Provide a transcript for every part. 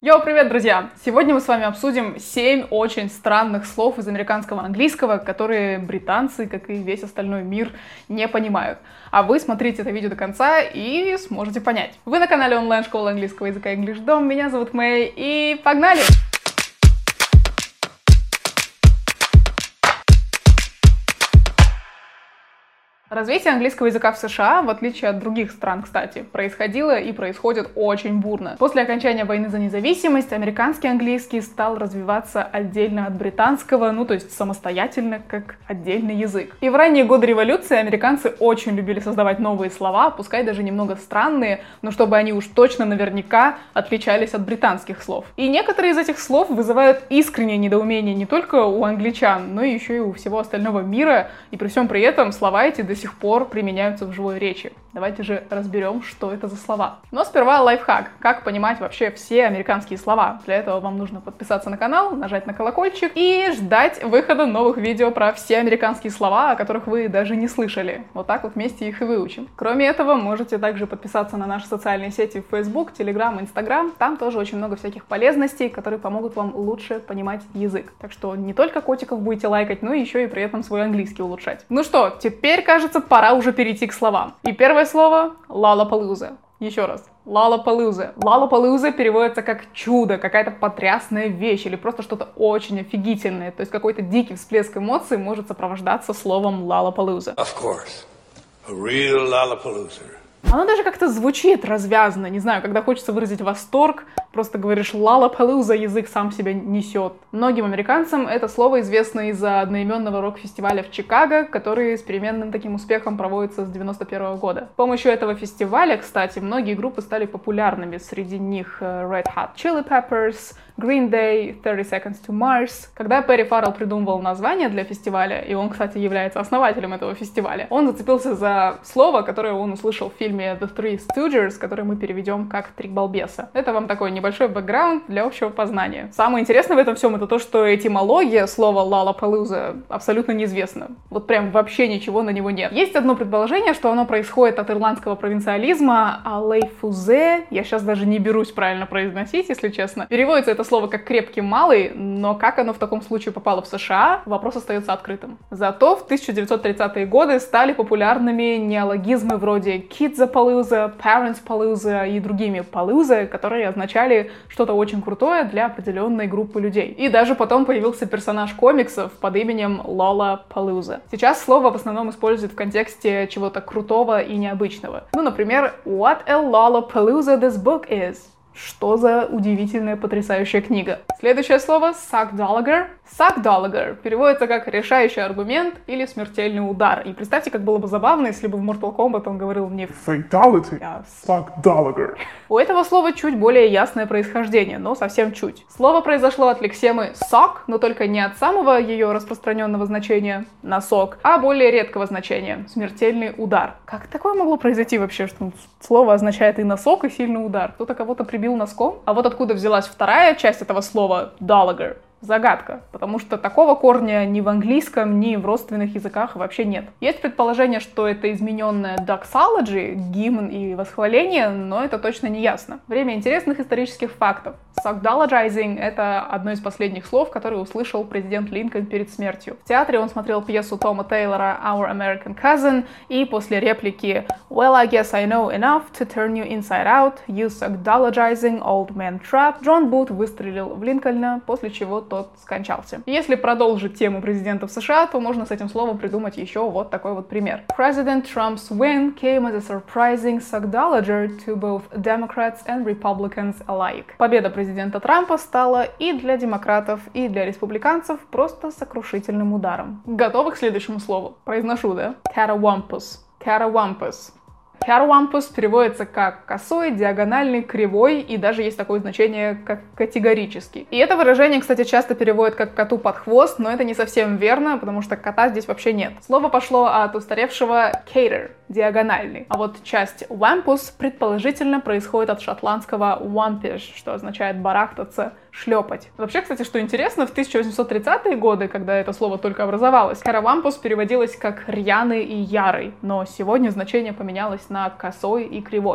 Йоу, привет, друзья! Сегодня мы с вами обсудим 7 очень странных слов из американского английского, которые британцы, как и весь остальной мир, не понимают. А вы смотрите это видео до конца и сможете понять. Вы на канале онлайн-школы английского языка EnglishDom, меня зовут Мэй, и погнали! Развитие английского языка в США, в отличие от других стран, кстати, происходило и происходит очень бурно. После окончания войны за независимость американский английский стал развиваться отдельно от британского, то есть самостоятельно, как отдельный язык. И в ранние годы революции американцы очень любили создавать новые слова, пускай даже немного странные, но чтобы они уж точно наверняка отличались от британских слов. И некоторые из этих слов вызывают искреннее недоумение не только у англичан, но и еще и у всего остального мира, и при всем при этом слова эти до сих пор применяются в живой речи. Давайте же разберем, что это за слова. Но сперва лайфхак. Как понимать вообще все американские слова? Для этого вам нужно подписаться на канал, нажать на колокольчик и ждать выхода новых видео про все американские слова, о которых вы даже не слышали. Вот так вот вместе их и выучим. Кроме этого, можете также подписаться на наши социальные сети в Facebook, Telegram, Instagram. Там тоже очень много всяких полезностей, которые помогут вам лучше понимать язык. Так что не только котиков будете лайкать, но еще и при этом свой английский улучшать. Ну что, теперь, кажется, пора уже перейти к словам. И первое слово — Lollapalooza. Еще раз. Lollapalooza. Lollapalooza переводится как чудо, какая-то потрясная вещь или просто что-то очень офигительное. То есть какой-то дикий всплеск эмоций может сопровождаться словом Lollapalooza. Of course. A real Lollapalooza. Оно даже как-то звучит развязно, не знаю, когда хочется выразить восторг, просто говоришь Lollapalooza, язык сам себя несет. Многим американцам это слово известно из-за одноименного рок-фестиваля в Чикаго, который с переменным таким успехом проводится с 91 года. С помощью этого фестиваля, кстати, многие группы стали популярными, среди них Red Hot Chili Peppers, Green Day, 30 Seconds to Mars. Когда Перри Фаррелл придумывал название для фестиваля, и он, кстати, является основателем этого фестиваля, он зацепился за слово, которое он услышал в фильме The Three Stooges, который мы переведем как «Три балбеса». Это вам такой небольшой бэкграунд для общего познания. Самое интересное в этом всем это то, что этимология слова Lollapalooza абсолютно неизвестна. Вот прям вообще ничего на него нет. Есть одно предположение, что оно происходит от ирландского провинциализма «алейфузе». Я сейчас даже не берусь правильно произносить, если честно. Переводится это слово как «крепкий малый», но как оно в таком случае попало в США, вопрос остается открытым. Зато в 1930-е годы стали популярными неологизмы вроде «kidsapalooza», «parentspalooza» и другими «palooza», которые означали что-то очень крутое для определенной группы людей. И даже потом появился персонаж комиксов под именем Lollapalooza. Сейчас слово в основном используют в контексте чего-то крутого и необычного. Например, «What a Lollapalooza this book is». Что за удивительная, потрясающая книга. Следующее слово — suckdolliger. Suckdolliger переводится как решающий аргумент или смертельный удар. И представьте, как было бы забавно, если бы в Mortal Kombat он говорил не Fatality, suckdolliger. У этого слова чуть более ясное происхождение, но совсем чуть. Слово произошло от лексемы suck, но только не от самого ее распространенного значения носок, а более редкого значения смертельный удар. Как такое могло произойти вообще, что слово означает и носок, и сильный удар? Кто-то кого-то прибил носком? А вот откуда взялась вторая часть этого слова dolliger? Загадка, потому что такого корня ни в английском, ни в родственных языках вообще нет. Есть предположение, что это измененное doxology, гимн и восхваление, но это точно не ясно. Время интересных исторических фактов. Suckdologizing — это одно из последних слов, которое услышал президент Линкольн перед смертью. В театре он смотрел пьесу Тома Тейлора «Our American Cousin», и после реплики «Well, I guess I know enough to turn you inside out, you suckdologizing old man trap», Джон Бут выстрелил в Линкольна, после чего тот скончался. Если продолжить тему президентов США, то можно с этим словом придумать еще вот такой вот пример. President Trump's win came as a surprising suckdolliger to both Democrats and Republicans alike. Победа президента Трампа стала и для демократов, и для республиканцев просто сокрушительным ударом. Готовы к следующему слову? Произношу, да? Cattywampus. Cattywampus. Cattywampus переводится как косой, диагональный, кривой, и даже есть такое значение, как категорический. И это выражение, кстати, часто переводят как коту под хвост, но это не совсем верно, потому что кота здесь вообще нет. Слово пошло от устаревшего cater, диагональный. А вот часть wampus предположительно происходит от шотландского wampish, что означает барахтаться, шлепать. Вообще, кстати, что интересно, в 1830-е годы, когда это слово только образовалось, cattywampus переводилось как рьяный и ярый, но сегодня значение поменялось на косой и кривой.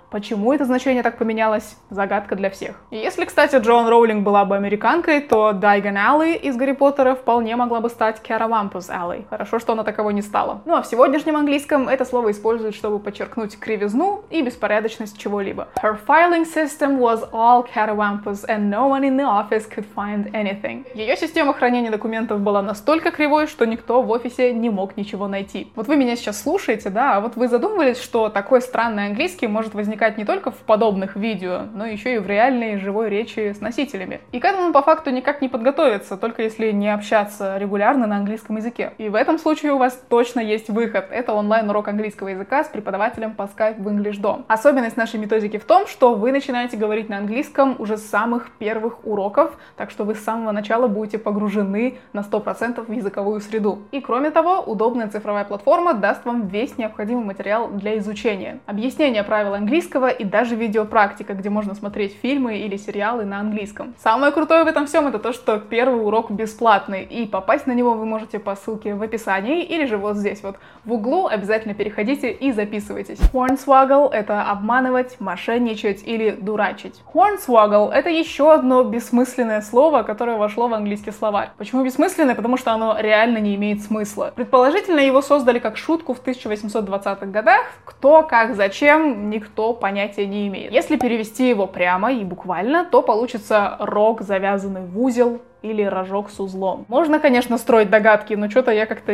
Почему это значение так поменялось? Загадка для всех. И если, кстати, Джоан Роулинг была бы американкой, то Diagon Alley из Гарри Поттера вполне могла бы стать Catawampuss Alley. Хорошо, что она таковой не стала. Ну а в сегодняшнем английском это слово используют, чтобы подчеркнуть кривизну и беспорядочность чего-либо. Her filing system was all Catawampuss and no one in the office could find anything. Ее система хранения документов была настолько кривой, что никто в офисе не мог ничего найти. Вот вы меня сейчас слушаете, да, а вот вы задумывались, что такой странный английский может возникать не только в подобных видео, но еще и в реальной живой речи с носителями. И к этому по факту никак не подготовиться, только если не общаться регулярно на английском языке. И в этом случае у вас точно есть выход. Это онлайн-урок английского языка с преподавателем по Skype в EnglishDom. Особенность нашей методики в том, что вы начинаете говорить на английском уже с самых первых уроков, так что вы с самого начала будете погружены на 100% в языковую среду. И кроме того, удобная цифровая платформа даст вам весь необходимый материал для изучения. Объяснение правил английского и даже видеопрактика, где можно смотреть фильмы или сериалы на английском. Самое крутое в этом всем это то, что первый урок бесплатный, и попасть на него вы можете по ссылке в описании или же вот здесь вот в углу. Обязательно переходите и записывайтесь. Hornswoggle — это обманывать, мошенничать или дурачить. Hornswoggle — это еще одно бессмысленное слово, которое вошло в английский словарь. Почему бессмысленное? Потому что оно реально не имеет смысла. Предположительно, его создали как шутку в 1820-х годах. Кто, как, зачем, никто понятия не имеет. Если перевести его прямо и буквально, то получится рог, завязанный в узел, или рожок с узлом. Можно, конечно, строить догадки, но что-то я как-то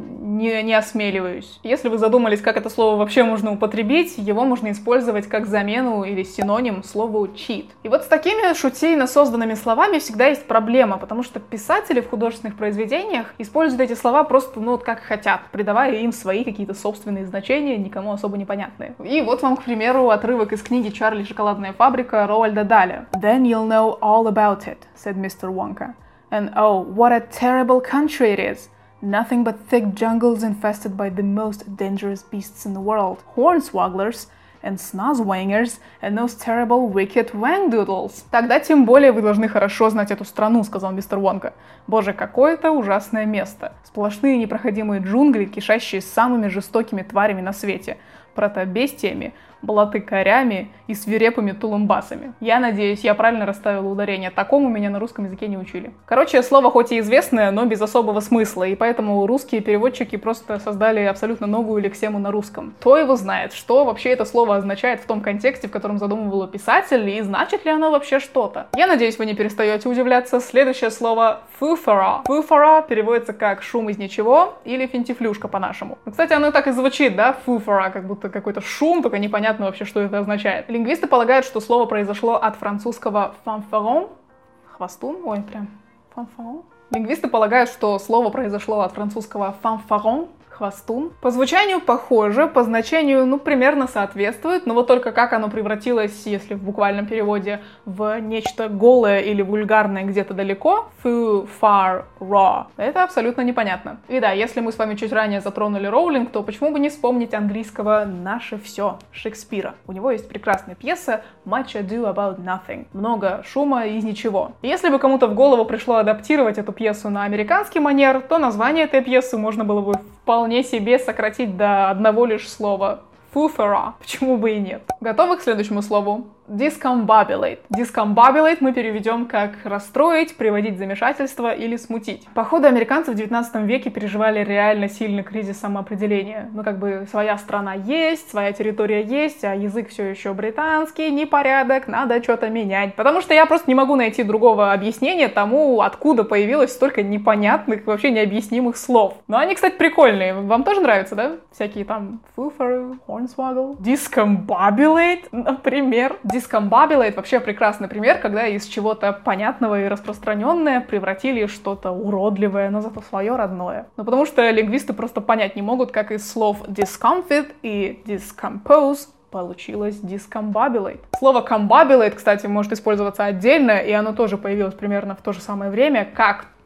не осмеливаюсь. Если вы задумались, как это слово вообще можно употребить, его можно использовать как замену или синоним слову cheat. И вот с такими шутейно созданными словами всегда есть проблема, потому что писатели в художественных произведениях используют эти слова просто, ну, как хотят, придавая им свои какие-то собственные значения, никому особо непонятные. И вот вам, к примеру, отрывок из книги «Чарли и шоколадная фабрика» Роальда Даля. «Then you'll know all about it», said Mr. Wonka. And oh, what a terrible country it is! Nothing but thick jungles infested by the most dangerous beasts in the world. Hornswogglers and snozwangers and those terrible wicked wangdoodles. Тогда тем более вы должны хорошо знать эту страну, сказал мистер Вонка. Боже, какое это ужасное место. Сплошные непроходимые джунгли, кишащие самыми жестокими тварями на свете. Протобестиями, болотыкарями и свирепыми тулумбасами. Я надеюсь, я правильно расставила ударение. Такому меня на русском языке не учили. Короче, слово хоть и известное, но без особого смысла, и поэтому русские переводчики просто создали абсолютно новую лексему на русском. Кто его знает, что вообще это слово означает в том контексте, в котором задумывал писатель, и значит ли оно вообще что-то. Я надеюсь, вы не перестаете удивляться. Следующее слово фуфара. Фуфара переводится как шум из ничего или финтифлюшка по-нашему. Кстати, оно так и звучит, да, фуфара, как будто какой-то шум, только непонятно вообще, что это означает. Лингвисты полагают, что слово произошло от французского fanfaron, хвостун, ой, прям fanfaron. Лингвисты полагают, что слово произошло от французского fanfaron, хвостун. По звучанию похоже, по значению, ну, примерно соответствует, но вот только как оно превратилось, если в буквальном переводе, в нечто голое или вульгарное где-то далеко, foo, far, raw, это абсолютно непонятно. И да, если мы с вами чуть ранее затронули Роулинг, то почему бы не вспомнить английского «Наше все» Шекспира. У него есть прекрасная пьеса Much Ado About Nothing. Много шума из ничего. И если бы кому-то в голову пришло адаптировать эту пьесу на американский манер, то название этой пьесы можно было бы вполне себе сократить до одного лишь слова фуфара. Почему бы и нет? Готовы к следующему слову? Discombobulate. Discombobulate мы переведем как расстроить, приводить в замешательство или смутить. Походу, американцы в 19 веке переживали реально сильный кризис самоопределения. Ну, как бы своя страна есть, своя территория есть, а язык все еще британский, непорядок, надо что-то менять. Потому что я просто не могу найти другого объяснения тому, откуда появилось столько непонятных, вообще необъяснимых слов. Но они, кстати, прикольные. Вам тоже нравятся, да? Всякие там фуфары, hornswoggle, discombobulate, например. Discombobulate вообще прекрасный пример, когда из чего-то понятного и распространенное превратили что-то уродливое, но зато свое родное. Ну, потому что лингвисты просто понять не могут, как из слов discomfit и discompose получилось discombobulate. Слово combobulate, кстати, может использоваться отдельно, и оно тоже появилось примерно в то же самое время, как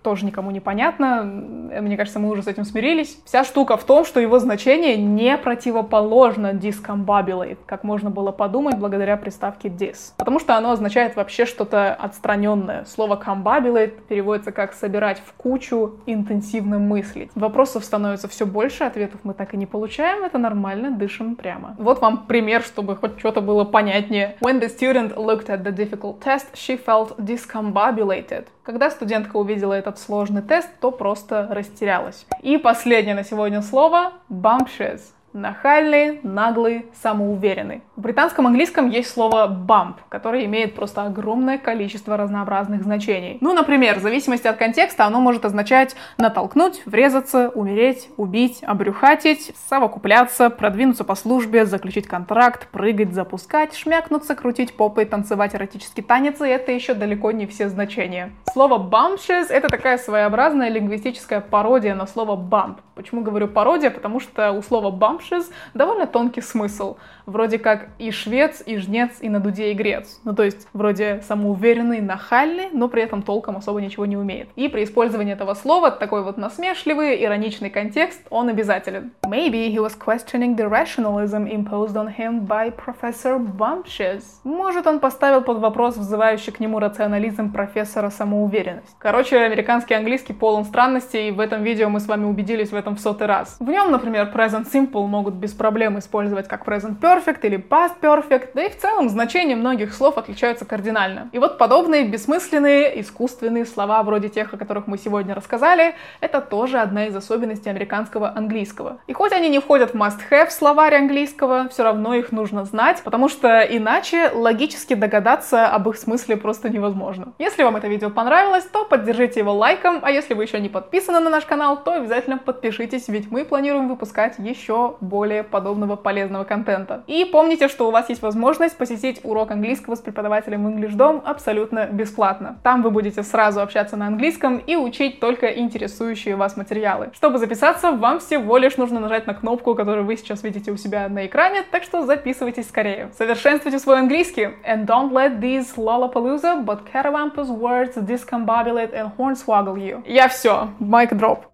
тоже никому не понятно. Мне кажется, мы уже с этим смирились. Вся штука в том, что его значение не противоположно discombobulate, как можно было подумать благодаря приставке dis. Потому что оно означает вообще что-то отстраненное. Слово combobulate переводится как «собирать в кучу, интенсивно мыслить». Вопросов становится все больше, ответов мы так и не получаем. Это нормально, дышим прямо. Вот вам пример, чтобы хоть что-то было понятнее. When the student looked at the difficult test, she felt discombobulated. Когда студентка увидела этот сложный тест, то просто растерялась. И последнее на сегодня слово bumptious. Нахальный, наглый, самоуверенный. В британском английском есть слово bump, которое имеет просто огромное количество разнообразных значений. Ну, например, в зависимости от контекста оно может означать натолкнуть, врезаться, умереть, убить, обрюхатить, совокупляться, продвинуться по службе, заключить контракт, прыгать, запускать, шмякнуться, крутить попой, танцевать эротический танец, и это еще далеко не все значения. Слово bumptious — это такая своеобразная лингвистическая пародия на слово bump. Почему говорю пародия? Потому что у слова bumptious довольно тонкий смысл. Вроде как и швец, и жнец, и на дуде игрец. Ну, то есть, вроде самоуверенный, нахальный, но при этом толком особо ничего не умеет. И при использовании этого слова такой вот насмешливый, ироничный контекст, он обязателен. Maybe he was questioning the rationalism imposed on him by Professor Bumptious. Может, он поставил под вопрос взывающий к нему рационализм профессора самоуверенность. Короче, американский английский полон странностей, и в этом видео мы с вами убедились в этом в 100-й раз. В нем, например, present simple могут без проблем использовать как present perfect или past perfect, да и в целом значения многих слов отличаются кардинально. И вот подобные бессмысленные, искусственные слова, вроде тех, о которых мы сегодня рассказали, это тоже одна из особенностей американского английского. И хоть они не входят в must-have словарь английского, все равно их нужно знать, потому что иначе логически догадаться об их смысле просто невозможно. Если вам это видео понравилось, то поддержите его лайком, а если вы еще не подписаны на наш канал, то обязательно подпишитесь, ведь мы планируем выпускать еще более подобного полезного контента. И помните, что у вас есть возможность посетить урок английского с преподавателем EnglishDom абсолютно бесплатно. Там вы будете сразу общаться на английском и учить только интересующие вас материалы. Чтобы записаться, вам всего лишь нужно нажать на кнопку, которую вы сейчас видите у себя на экране, так что записывайтесь скорее. Совершенствуйте свой английский. And don't let these Lollapalooza but cattywampus words discombobulate and hornswoggle you. Я все. Mic drop.